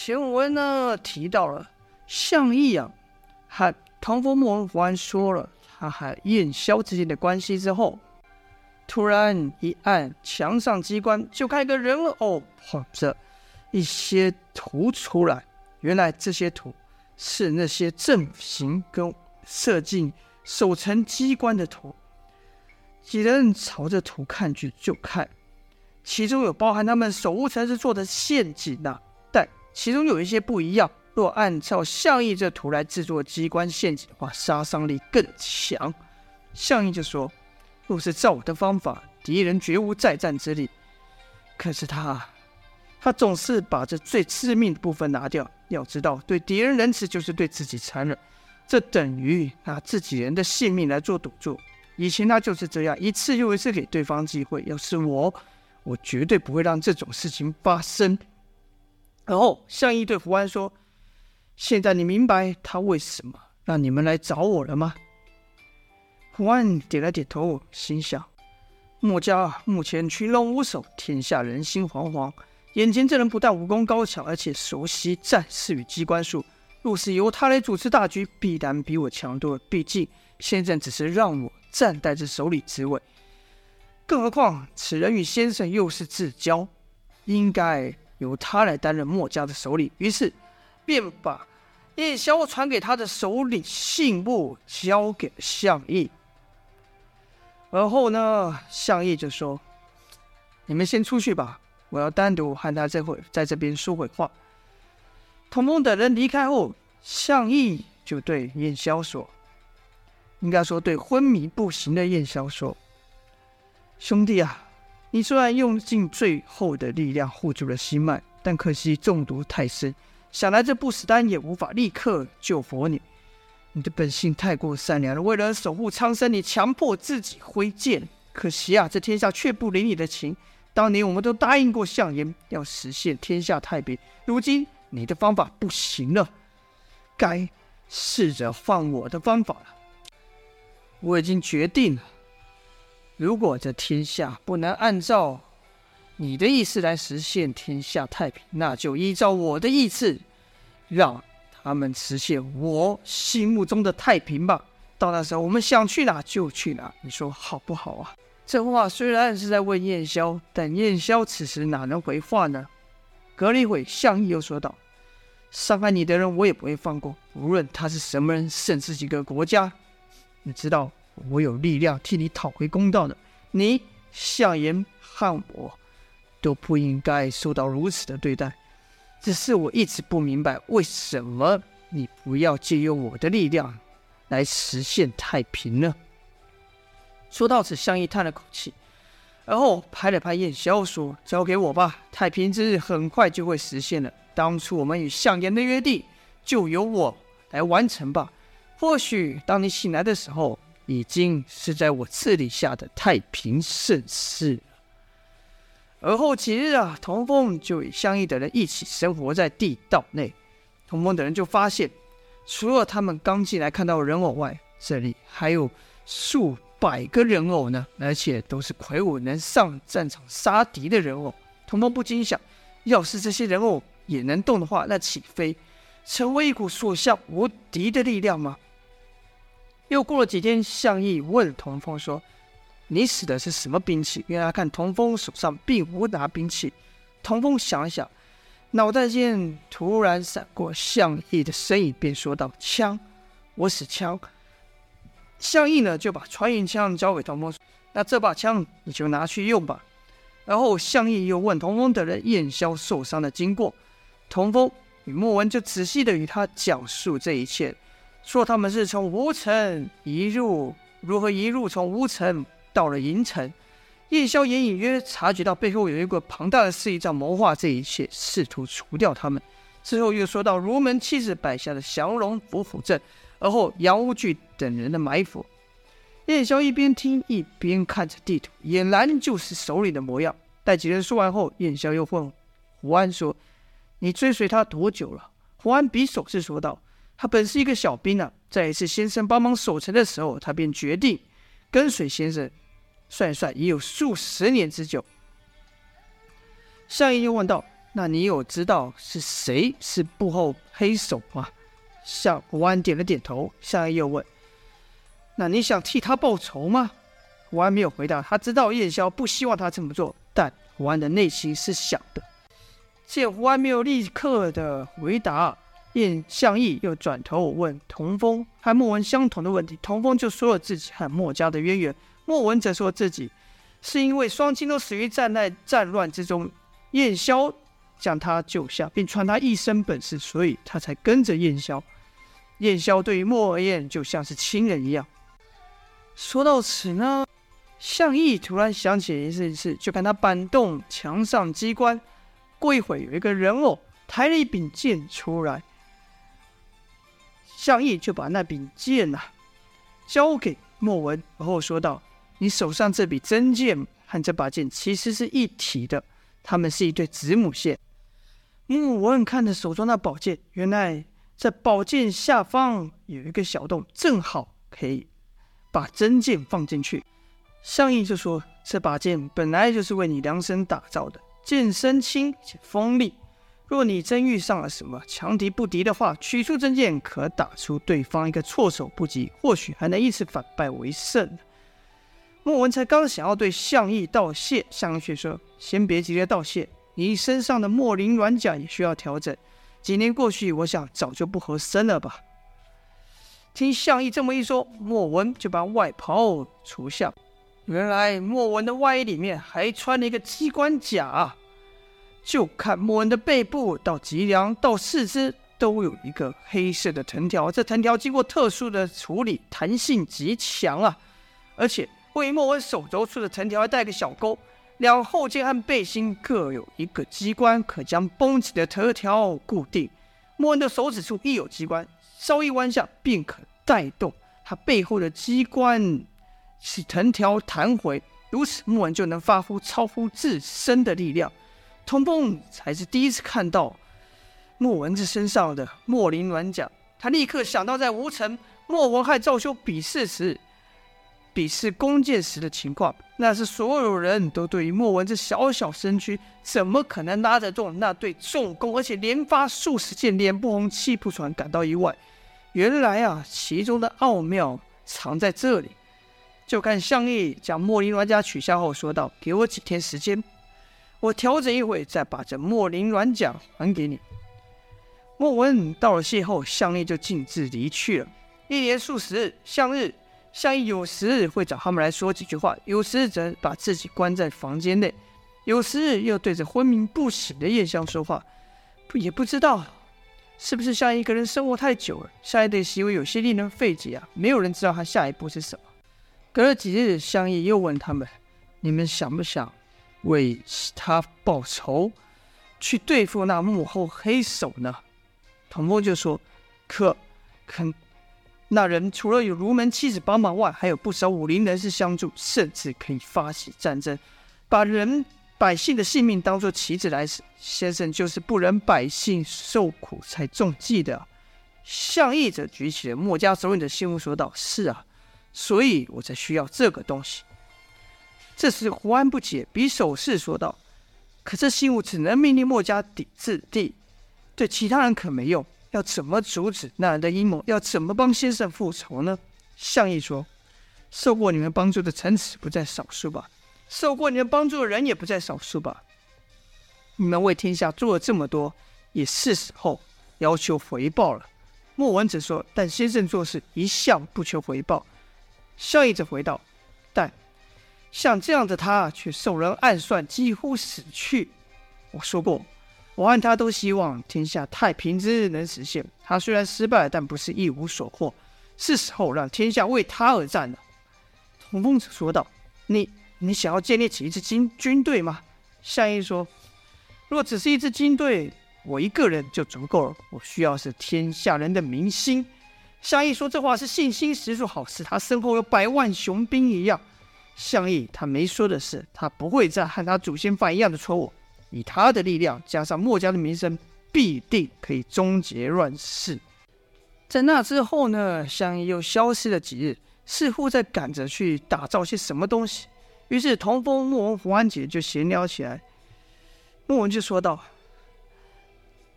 前文呢提到了项义啊和唐风莫文胡安说了他和燕霄之间的关系之后，突然一按墙上机关，就看一个人偶画着一些图出来。原来这些图是那些阵型跟射进守城机关的图。几人朝着图看去就看，其中有包含他们守护城市做的陷阱啊，但其中有一些不一样。若按照项义这图来制作机关陷阱的话，杀伤力更强。项义就说，若是照我的方法，敌人绝无再战之力。可是他总是把这最致命的部分拿掉。要知道，对敌人仁慈就是对自己残忍，这等于拿自己人的性命来做赌注。以前他就是这样，一次又一次给对方机会。要是我绝对不会让这种事情发生。然后项义对胡安说，现在你明白他为什么让你们来找我了吗？胡安点了点头，心想，墨家目前群龙无首，天下人心惶惶。眼前这人不但武功高强，而且熟悉战事与机关术，若是由他来主持大局，必然比我强多了。毕竟先生只是让我暂代这首领之位，更何况此人与先生又是至交，应该由他来担任墨家的首领。于是便把燕霄传给他的首领信物交给了项义。而后呢，项义就说，你们先出去吧，我要单独和他在这边说会话。童风等人离开后，项义就对燕霄说，应该说对昏迷不醒的燕霄说，兄弟啊，你虽然用尽最后的力量护住了心脉，但可惜中毒太深，想来这不死丹也无法立刻救活你。你的本性太过善良了，为了守护苍生，你强迫自己挥剑。可惜啊，这天下却不领你的情。当年我们都答应过项燕，要实现天下太平。如今你的方法不行了，该试着换我的方法了。我已经决定了，如果这天下不能按照你的意思来实现天下太平，那就依照我的意思，让他们实现我心目中的太平吧。到那时候我们想去哪就去哪，你说好不好啊？这话虽然是在问燕霄，但燕霄此时哪能回话呢？隔了一会，项义又说道，伤害你的人我也不会放过，无论他是什么人，甚至几个国家。你知道我有力量替你讨回公道的，你项燕和我都不应该受到如此的对待。只是我一直不明白，为什么你不要借用我的力量来实现太平呢？说到此，项义叹了口气，然后拍了拍燕霄说，交给我吧，太平之日很快就会实现了。当初我们与项燕的约定，就由我来完成吧。或许当你醒来的时候，已经是在我治理下的太平盛世了。而后几日啊，童风就与项义等人一起生活在地道内。童风等人就发现，除了他们刚进来看到的人偶外，这里还有数百个人偶呢，而且都是魁梧能上战场杀敌的人偶。童风不禁想，要是这些人偶也能动的话，那岂非成为一股所向无敌的力量吗？又过了几天，项义问童风说，你使的是什么兵器？原来看童风手上并无拿兵器。童风想一想，脑袋间突然闪过项义的身影，便说道，枪，我使枪。项义呢就把穿云枪交给童风，那这把枪你就拿去用吧。然后项义又问童风等人燕霄受伤的经过，童风与莫文就仔细的与他讲述这一切，说他们是从吴城如何一路从吴城到了营城。燕霄也隐约察觉到背后有一个庞大的势力在谋划这一切，试图除掉他们。之后又说到如门七子摆下的降龙伏虎阵，而后杨无惧等人的埋伏。燕霄一边听一边看着地图，俨然就是首领的模样。待几人说完后，燕霄又问胡安说，你追随他多久了？胡安比手势说道，他本是一个小兵啊，在一次先生帮忙守城的时候，他便决定跟随先生，算一算也有数十年之久。项义又问道， 那你有知道是谁是幕后黑手吗？向胡安点了点头。向义又问，那你想替他报仇吗？胡安没有回答，他知道燕霄不希望他这么做，但胡安的内心是想的。见胡安没有立刻的回答，向义又转头问童风和莫文相同的问题。童风就说了自己和墨家的渊源，莫文则说自己是因为双亲都死于战乱之中，燕霄将他救下，并传他一身本事，所以他才跟着燕霄。燕霄对于莫而言就像是亲人一样。说到此呢，向义突然想起一件事，就看他搬动墙上机关，过一会有一个人偶抬了一柄剑出来，向义就把那柄剑交给莫文，然后说道，你手上这柄真剑和这把剑其实是一体的，它们是一对子母线。莫文看着手中那宝剑，原来在宝剑下方有一个小洞，正好可以把真剑放进去。向义就说，这把剑本来就是为你量身打造的，剑身轻且锋利，若你真遇上了什么强敌不敌的话，取出真剑可打出对方一个措手不及，或许还能以此反败为胜。莫文才刚想要对向义道谢，向义却说，先别急着道谢，你身上的墨灵软甲也需要调整，几年过去，我想早就不合身了吧。听向义这么一说，莫文就把外袍除下，原来莫文的外衣里面还穿了一个机关甲，就看莫文的背部到脊梁到四肢都有一个黑色的藤条，这藤条经过特殊的处理，弹性极强而且位于莫文手肘处的藤条还带个小钩，两后肩和背心各有一个机关，可将绷紧的藤条固定。莫文的手指处亦有机关，稍一弯下便可带动他背后的机关，使藤条弹回，如此莫文就能发挥超乎自身的力量。童风才是第一次看到莫文这身上的墨灵软甲，他立刻想到在吴城莫文和赵修比试弓箭时的情况，那是所有人都对于莫文这小小身躯怎么可能拉得动那对重弓，而且连发数十箭，脸不红气不喘，感到意外。原来其中的奥妙藏在这里。就看向义将墨灵软甲取下后说道，给我几天时间，我调整一会，再把这墨灵软甲还给你。莫文到了邂后，向义就径自离去了。一连数十日，向义有时日会找他们来说几句话，有时日则把自己关在房间内，有时日又对着昏迷不醒的燕香说话。也不知道是不是向义一个人生活太久了，向义的行为有些令人费解没有人知道他下一步是什么。隔了几日，向义又问他们，你们想不想为他报仇，去对付那幕后黑手呢？童风就说，可那人除了有儒门妻子帮忙外，还有不少武林人士相助，甚至可以发起战争，把百姓的性命当作棋子来使。先生就是不忍百姓受苦才中计的。向义则举起了墨家首领的信物说道，是啊，所以我才需要这个东西。这时胡安不解，比手势说道，可这信物只能命令墨家抵制地，对其他人可没用，要怎么阻止那人的阴谋？要怎么帮先生复仇呢？向义说，受过你们帮助的臣子不在少数吧，受过你们帮助的人也不在少数吧。你们为天下做了这么多，也是时候要求回报了。莫文则说，但先生做事一向不求回报。向义则回道，但像这样的他却受人暗算，几乎死去。我说过，我和他都希望天下太平之日能实现，他虽然失败，但不是一无所获，是时候让天下为他而战了。童风则说道，你想要建立起一支军队吗？向义说，若只是一支军队，我一个人就足够了，我需要是天下人的民心。向义说这话是信心十足，好似他身后有100万雄兵一样。向义他没说的是，他不会再和他祖先犯一样的错误，以他的力量加上墨家的名声，必定可以终结乱世。在那之后呢，向义又消失了几日，似乎在赶着去打造些什么东西。于是童风、莫文、胡安杰就闲聊起来。莫文就说道，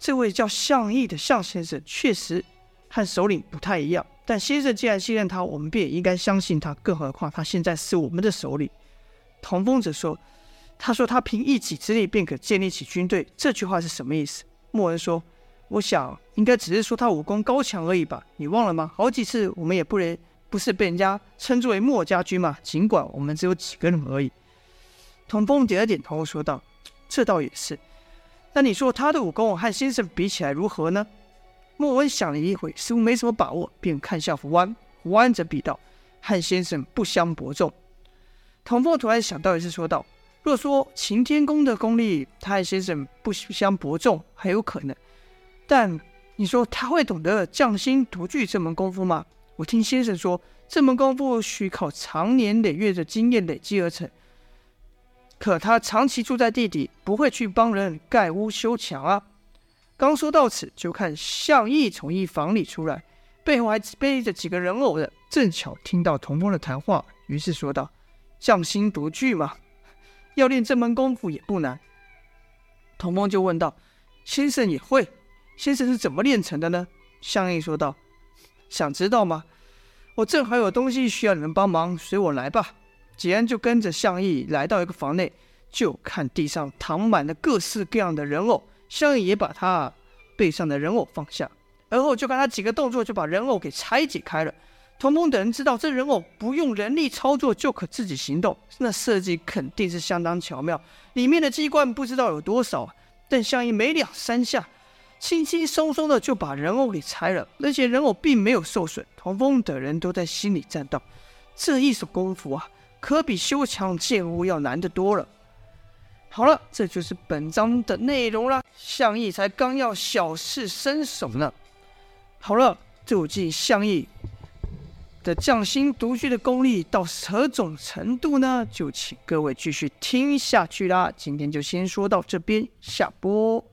这位叫向义的向先生确实和首领不太一样，但先生既然信任他，我们便也应该相信他，更何况他现在是我们的首领。童风则说，他说他凭一己之力便可建立起军队，这句话是什么意思？莫文说，我想应该只是说他武功高强而已吧，你忘了吗？好几次我们也不是被人家称作为墨家军嘛，尽管我们只有几个人而已。童风点了点头说道，这倒也是，那你说他的武功和先生比起来如何呢？莫文想了一会，似乎没什么把握，便看向胡安。胡安则比道，和先生不相伯仲。童风突然想到一事，说道，若说擎天宫的功力他和先生不相伯仲还有可能，但你说他会懂得匠心独具这门功夫吗？我听先生说，这门功夫需靠长年累月的经验累积而成，可他长期住在地底，不会去帮人盖屋修墙啊。刚说到此，就看向义从一房里出来，背后还背着几个人偶的，正巧听到童风的谈话，于是说道，匠心独具嘛，要练这门功夫也不难。童风就问道，先生也会？先生是怎么练成的呢？向义说道，想知道吗？我正好有东西需要你们帮忙，随我来吧。几人就跟着向义来到一个房内，就看地上躺满了各式各样的人偶，向义也把他背上的人偶放下，而后就看他几个动作就把人偶给拆解开了。童风等人知道这人偶不用人力操作就可自己行动，那设计肯定是相当巧妙，里面的机关不知道有多少啊。但向义没两三下，轻轻松松的就把人偶给拆了，而且人偶并没有受损。童风等人都在心里赞道，这一手功夫啊，可比修墙建屋要难得多了。好了，这就是本章的内容啦。向义才刚要小试身手呢。好了，究竟向义的匠心独具的功力到何种程度呢？就请各位继续听下去啦。今天就先说到这边，下播。